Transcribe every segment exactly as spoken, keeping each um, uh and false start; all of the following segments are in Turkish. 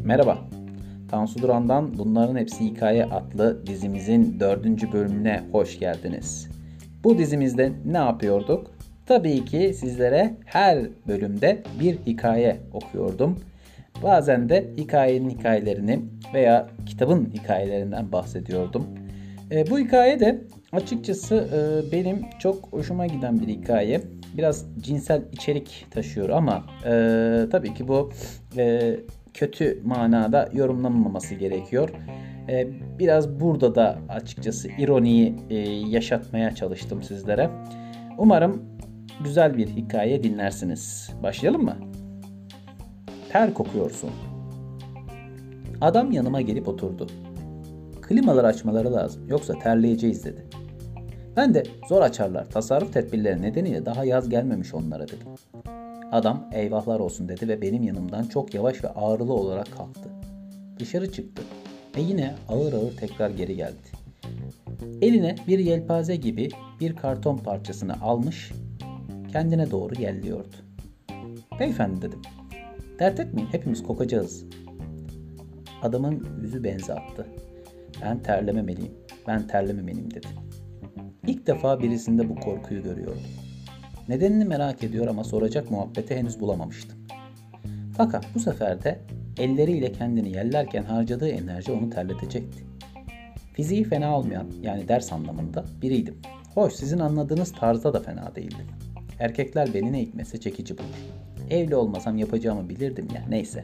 Merhaba, Tansu Duran'dan Bunların Hepsi Hikaye adlı dizimizin dördüncü bölümüne hoş geldiniz. Bu dizimizde ne yapıyorduk? Tabii ki sizlere her bölümde bir hikaye okuyordum. Bazen de hikayenin hikayelerini veya kitabın hikayelerinden bahsediyordum. E, bu hikaye de açıkçası e, benim çok hoşuma giden bir hikaye. Biraz cinsel içerik taşıyor ama e, tabii ki bu e, kötü manada yorumlanmaması gerekiyor. E, biraz burada da açıkçası ironiyi e, yaşatmaya çalıştım sizlere. Umarım güzel bir hikaye dinlersiniz. Başlayalım mı? Ter kokuyorsun. Adam yanıma gelip oturdu. Klimaları açmaları lazım, yoksa terleyeceğiz dedi. Ben de zor açarlar, tasarruf tedbirleri nedeniyle daha yaz gelmemiş onlara dedim. Adam eyvahlar olsun dedi ve benim yanımdan çok yavaş ve ağırlı olarak kalktı. Dışarı çıktı ve yine ağır ağır tekrar geri geldi. Eline bir yelpaze gibi bir karton parçasını almış, kendine doğru yelliyordu. Beyefendi dedim, dert etmeyin, hepimiz kokacağız. Adamın yüzü benzi attı. Ben terlememeliyim, ben terlememeliyim dedi. İlk defa birisinde bu korkuyu görüyordum. Nedenini merak ediyor ama soracak muhabbeti henüz bulamamıştım. Fakat bu sefer de elleriyle kendini yellerken harcadığı enerji onu terletecekti. Fiziği fena olmayan, yani ders anlamında biriydim. Hoş, sizin anladığınız tarzda da fena değildim. Erkekler beni ne hikmetse çekici bulur. Evli olmasam yapacağımı bilirdim ya, neyse.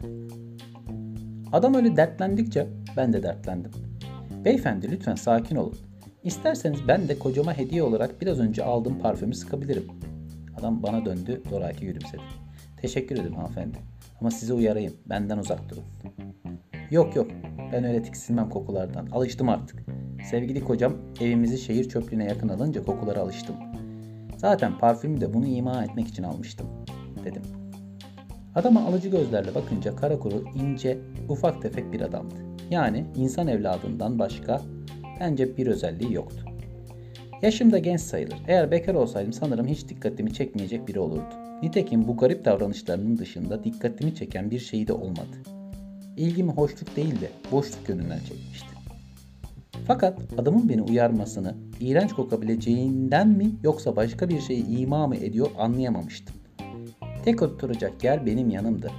Adam öyle dertlendikçe ben de dertlendim. Beyefendi lütfen sakin olun. İsterseniz ben de kocama hediye olarak biraz önce aldığım parfümü sıkabilirim. Adam bana döndü, zoraki gülümsedi. Teşekkür ederim hanımefendi. Ama sizi uyarayım, benden uzak durun. Yok yok, ben öyle tiksinmem kokulardan. Alıştım artık. Sevgili kocam evimizi şehir çöplüğüne yakın alınca kokulara alıştım. Zaten parfümü de bunu ima etmek için almıştım, dedim. Adama alıcı gözlerle bakınca kara kuru, ince, ufak tefek bir adamdı. Yani insan evladından başka bence bir özelliği yoktu. Yaşım da genç sayılır. Eğer bekar olsaydım sanırım hiç dikkatimi çekmeyecek biri olurdu. Nitekim bu garip davranışlarının dışında dikkatimi çeken bir şey de olmadı. İlgimi hoşluk değil de boşluk yönünden çekmişti. Fakat adamın beni uyarmasını iğrenç kokabileceğinden mi yoksa başka bir şeyi ima mı ediyor anlayamamıştım. Tek oturacak yer benim yanımdı.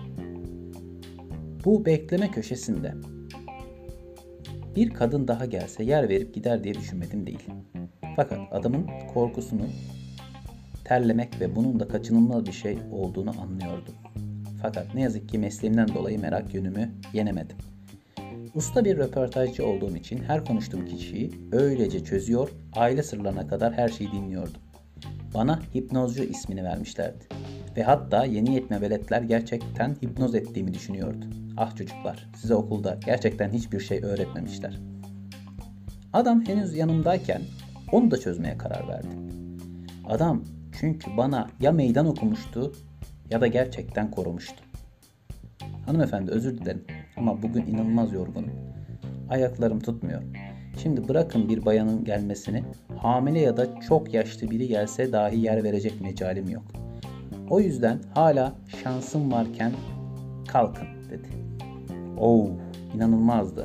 Bu bekleme köşesinde. Bir kadın daha gelse yer verip gider diye düşünmedim değil. Fakat adamın korkusunu terlemek ve bunun da kaçınılmaz bir şey olduğunu anlıyordum. Fakat ne yazık ki mesleğimden dolayı merak yönümü yenemedim. Usta bir röportajcı olduğum için her konuştuğum kişiyi öylece çözüyor, aile sırlarına kadar her şeyi dinliyordum. Bana hipnozcu ismini vermişlerdi. Ve hatta yeni yetme veletler gerçekten hipnoz ettiğimi düşünüyordu. Ah çocuklar, size okulda gerçekten hiçbir şey öğretmemişler. Adam henüz yanımdayken onu da çözmeye karar verdim. Adam çünkü bana ya meydan okumuştu ya da gerçekten korumuştu. Hanımefendi özür dilerim ama bugün inanılmaz yorgunum. Ayaklarım tutmuyor. Şimdi bırakın bir bayanın gelmesini, hamile ya da çok yaşlı biri gelse dahi yer verecek mecalim yok. O yüzden hala şansım varken kalkın dedi. Oh, inanılmazdı.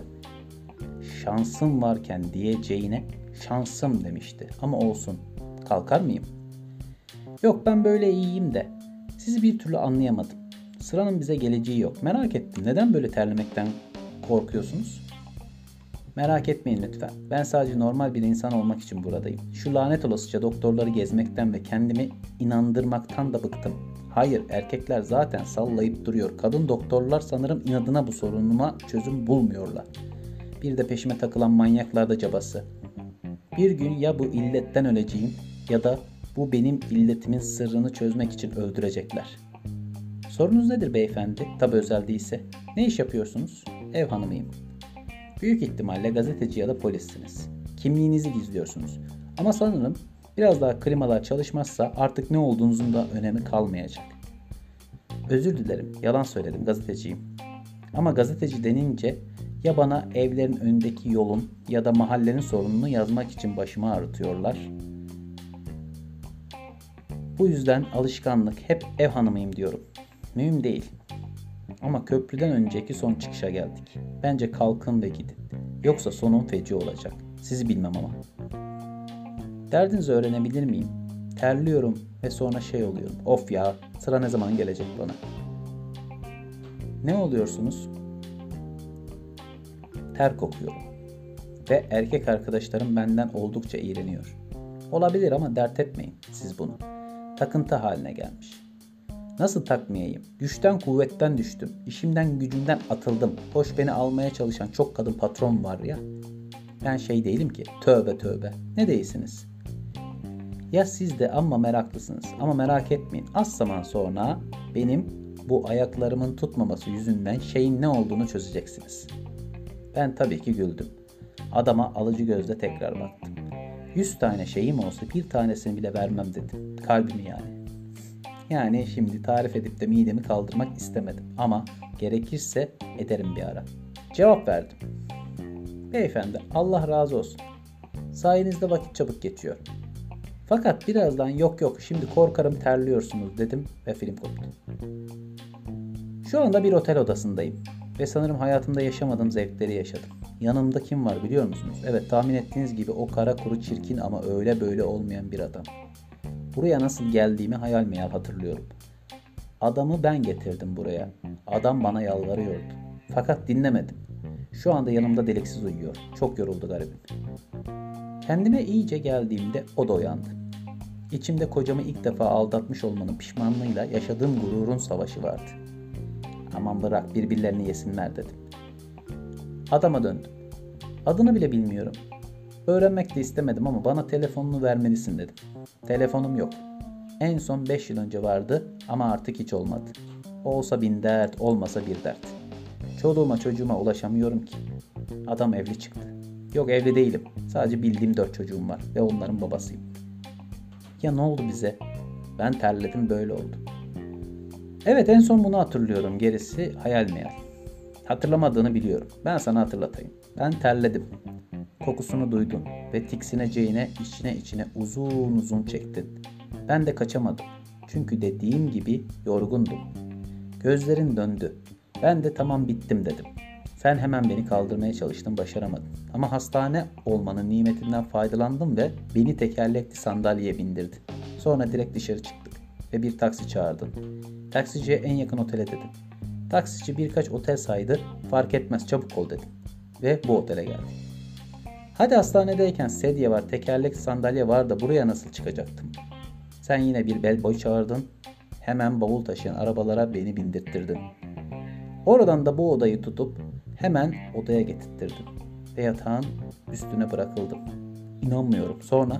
Şansım varken diyeceğine şansım demişti. Ama olsun, kalkar mıyım? Yok, ben böyle iyiyim de. Sizi bir türlü anlayamadım. Sıranın bize geleceği yok. Merak ettim, neden böyle terlemekten korkuyorsunuz? Merak etmeyin lütfen. Ben sadece normal bir insan olmak için buradayım. Şu lanet olasıca doktorları gezmekten ve kendimi inandırmaktan da bıktım. Hayır, erkekler zaten sallayıp duruyor. Kadın doktorlar sanırım inadına bu sorunuma çözüm bulmuyorlar. Bir de peşime takılan manyaklar da cabası. Bir gün ya bu illetten öleceğim ya da bu benim illetimin sırrını çözmek için öldürecekler. Sorunuz nedir beyefendi? Tabi özel değilse. Ne iş yapıyorsunuz? Ev hanımıyım. Büyük ihtimalle gazeteci ya da polissiniz. Kimliğinizi gizliyorsunuz. Ama sanırım biraz daha klimalar çalışmazsa artık ne olduğunuzun da önemi kalmayacak. Özür dilerim, yalan söyledim, gazeteciyim. Ama gazeteci denince ya bana evlerin önündeki yolun ya da mahallenin sorununu yazmak için başımı ağrıtıyorlar. Bu yüzden alışkanlık hep ev hanımıyım diyorum. Mühim değil. Ama köprüden önceki son çıkışa geldik. Bence kalkın ve gidin. Yoksa sonun feci olacak. Sizi bilmem ama. Derdinizi öğrenebilir miyim? Terliyorum ve sonra şey oluyorum. Of ya, sıra ne zaman gelecek bana? Ne oluyorsunuz? Ter kokuyorum. Ve erkek arkadaşlarım benden oldukça iğreniyor. Olabilir ama dert etmeyin siz bunu. Takıntı haline gelmiş. Nasıl takmayayım? Güçten kuvvetten düştüm. İşimden gücümden atıldım. Hoş beni almaya çalışan çok kadın patron var ya. Ben şey değilim ki. Tövbe tövbe. Ne değilsiniz? Ya siz de amma meraklısınız. Ama merak etmeyin. Az zaman sonra benim bu ayaklarımın tutmaması yüzünden şeyin ne olduğunu çözeceksiniz. Ben tabii ki güldüm. Adama alıcı gözle tekrar baktım. Yüz tane şeyim olsa bir tanesini bile vermem dedim. Kalbimi yani. Yani şimdi tarif edip de midemi kaldırmak istemedim. Ama gerekirse ederim bir ara. Cevap verdim. Beyefendi, Allah razı olsun. Sayenizde vakit çabuk geçiyor. Fakat birazdan yok yok şimdi korkarım terliyorsunuz dedim ve film koptu. Şu anda bir otel odasındayım. Ve sanırım hayatımda yaşamadığım zevkleri yaşadım. Yanımda kim var biliyor musunuz? Evet, tahmin ettiğiniz gibi o kara kuru çirkin ama öyle böyle olmayan bir adam. Buraya nasıl geldiğimi hayal meyal hatırlıyorum. Adamı ben getirdim buraya. Adam bana yalvarıyordu. Fakat dinlemedim. Şu anda yanımda deliksiz uyuyor. Çok yoruldu garibim. Kendime iyice geldiğimde o da uyandı. İçimde kocamı ilk defa aldatmış olmanın pişmanlığıyla yaşadığım gururun savaşı vardı. Aman bırak birbirlerini yesinler dedim. Adama döndüm. Adını bile bilmiyorum. Öğrenmek de istemedim ama bana telefonunu vermelisin dedim. Telefonum yok. En son beş yıl önce vardı ama artık hiç olmadı. Olsa bin dert, olmasa bir dert. Çoluğuma çocuğuma ulaşamıyorum ki. Adam evli çıktı. Yok evli değilim. Sadece bildiğim dört çocuğum var ve onların babasıyım. Ya ne oldu bize? Ben terledim böyle oldu. Evet en son bunu hatırlıyorum. Gerisi hayal meyal. Hatırlamadığını biliyorum. Ben sana hatırlatayım. Ben terledim. Kokusunu duydun ve tiksineceğine içine içine uzun uzun çektin. Ben de kaçamadım. Çünkü dediğim gibi yorgundum. Gözlerin döndü. Ben de tamam bittim dedim. Sen hemen beni kaldırmaya çalıştın, başaramadın. Ama hastane olmanın nimetinden faydalandım ve beni tekerlekli sandalyeye bindirdin. Sonra direkt dışarı çıktık ve bir taksi çağırdın. Taksiciye en yakın otele dedim. Taksici birkaç otel saydı, fark etmez çabuk ol dedim. Ve bu otele geldik. Hadi hastanedeyken sedye var, tekerlekli sandalye var da buraya nasıl çıkacaktım? Sen yine bir bellboy çağırdın. Hemen bavul taşıyan arabalara beni bindirttirdin. Oradan da bu odayı tutup hemen odaya getirttirdin. Ve yatağın üstüne bırakıldım. İnanmıyorum. Sonra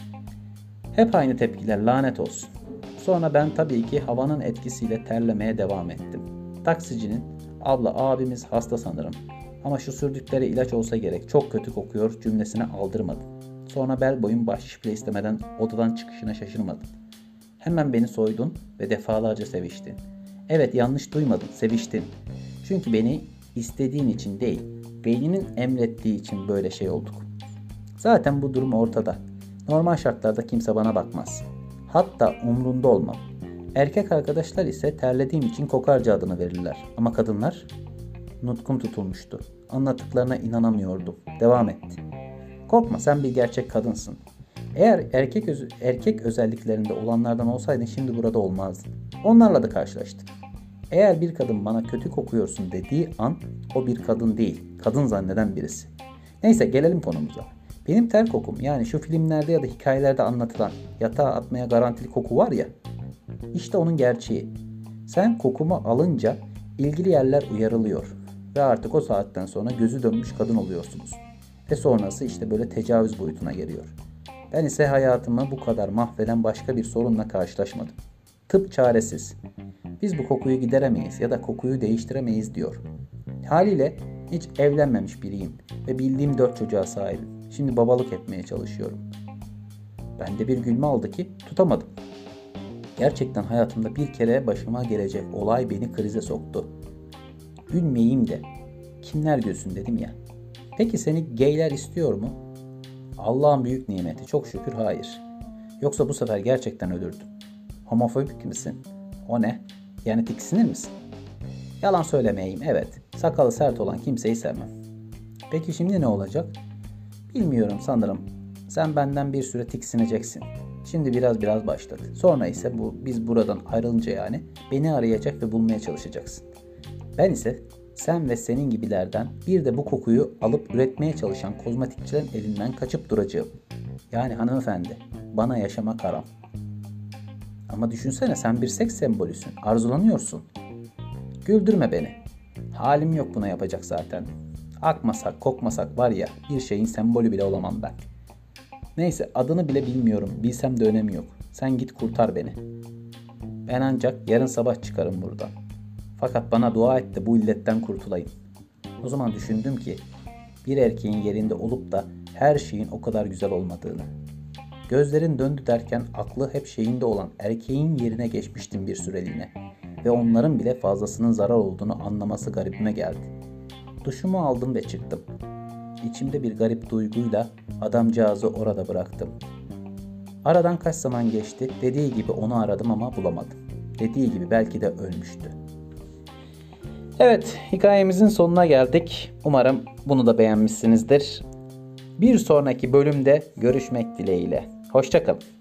hep aynı tepkiler, lanet olsun. Sonra ben tabii ki havanın etkisiyle terlemeye devam ettim. Taksicinin abla abimiz hasta sanırım. Ama şu sürdükleri ilaç olsa gerek. Çok kötü kokuyor cümlesine aldırmadım. Sonra bel boyun bahşiş bile istemeden odadan çıkışına şaşırmadım. Hemen beni soydun ve defalarca seviştin. Evet yanlış duymadın, seviştin. Çünkü beni istediğin için değil, beyninin emrettiği için böyle şey olduk. Zaten bu durum ortada. Normal şartlarda kimse bana bakmaz. Hatta umrunda olmam. Erkek arkadaşlar ise terlediğim için kokarca adını verirler. Ama kadınlar... Nutkum tutulmuştu. Anlattıklarına inanamıyordum. Devam etti. Korkma sen bir gerçek kadınsın. Eğer erkek öz- erkek özelliklerinde olanlardan olsaydın şimdi burada olmazdın. Onlarla da karşılaştık. Eğer bir kadın bana kötü kokuyorsun dediği an o bir kadın değil, kadın zanneden birisi. Neyse gelelim konumuza. Benim ter kokum yani şu filmlerde ya da hikayelerde anlatılan yatağa atmaya garantili koku var ya. İşte onun gerçeği. Sen kokumu alınca ilgili yerler uyarılıyor. Ve artık o saatten sonra gözü dönmüş kadın oluyorsunuz. Ve sonrası işte böyle tecavüz boyutuna geliyor. Ben ise hayatımı bu kadar mahveden başka bir sorunla karşılaşmadım. Tıp çaresiz. Biz bu kokuyu gideremeyiz ya da kokuyu değiştiremeyiz diyor. Haliyle hiç evlenmemiş biriyim ve bildiğim dört çocuğa sahibim. Şimdi babalık etmeye çalışıyorum. Bende bir gülme aldı ki tutamadım. Gerçekten hayatımda bir kere başıma gelecek olay beni krize soktu. Gülmeyeyim de kimler gülsün dedim ya. Peki seni geyler istiyor mu? Allah'ın büyük nimeti çok şükür hayır. Yoksa bu sefer gerçekten ölürdüm. Homofobik misin? O ne? Yani tiksinir misin? Yalan söylemeyeyim, evet. Sakalı sert olan kimseyi sevmem. Peki şimdi ne olacak? Bilmiyorum, sanırım. Sen benden bir süre tiksineceksin. Şimdi biraz biraz başladı. Sonra ise bu biz buradan ayrılınca yani beni arayacak ve bulmaya çalışacaksın. Ben ise sen ve senin gibilerden bir de bu kokuyu alıp üretmeye çalışan kozmetikçilerin elinden kaçıp duracağım. Yani hanımefendi, bana yaşamak haram. Ama düşünsene, sen bir seks sembolüsün, arzulanıyorsun. Güldürme beni. Halim yok buna yapacak zaten. Akmasak, kokmasak var ya, bir şeyin sembolü bile olamam ben. Neyse, adını bile bilmiyorum, bilsem de önemi yok. Sen git kurtar beni. Ben ancak yarın sabah çıkarım buradan. Fakat bana dua et de bu illetten kurtulayım. O zaman düşündüm ki bir erkeğin yerinde olup da her şeyin o kadar güzel olmadığını. Gözlerin döndü derken aklı hep şeyinde olan erkeğin yerine geçmiştim bir süreliğine. Ve onların bile fazlasının zarar olduğunu anlaması garibime geldi. Duşumu aldım ve çıktım. İçimde bir garip duyguyla adamcağızı orada bıraktım. Aradan kaç zaman geçti, dediği gibi onu aradım ama bulamadım. Dediği gibi belki de ölmüştü. Evet, hikayemizin sonuna geldik. Umarım bunu da beğenmişsinizdir. Bir sonraki bölümde görüşmek dileğiyle. Hoşça kalın.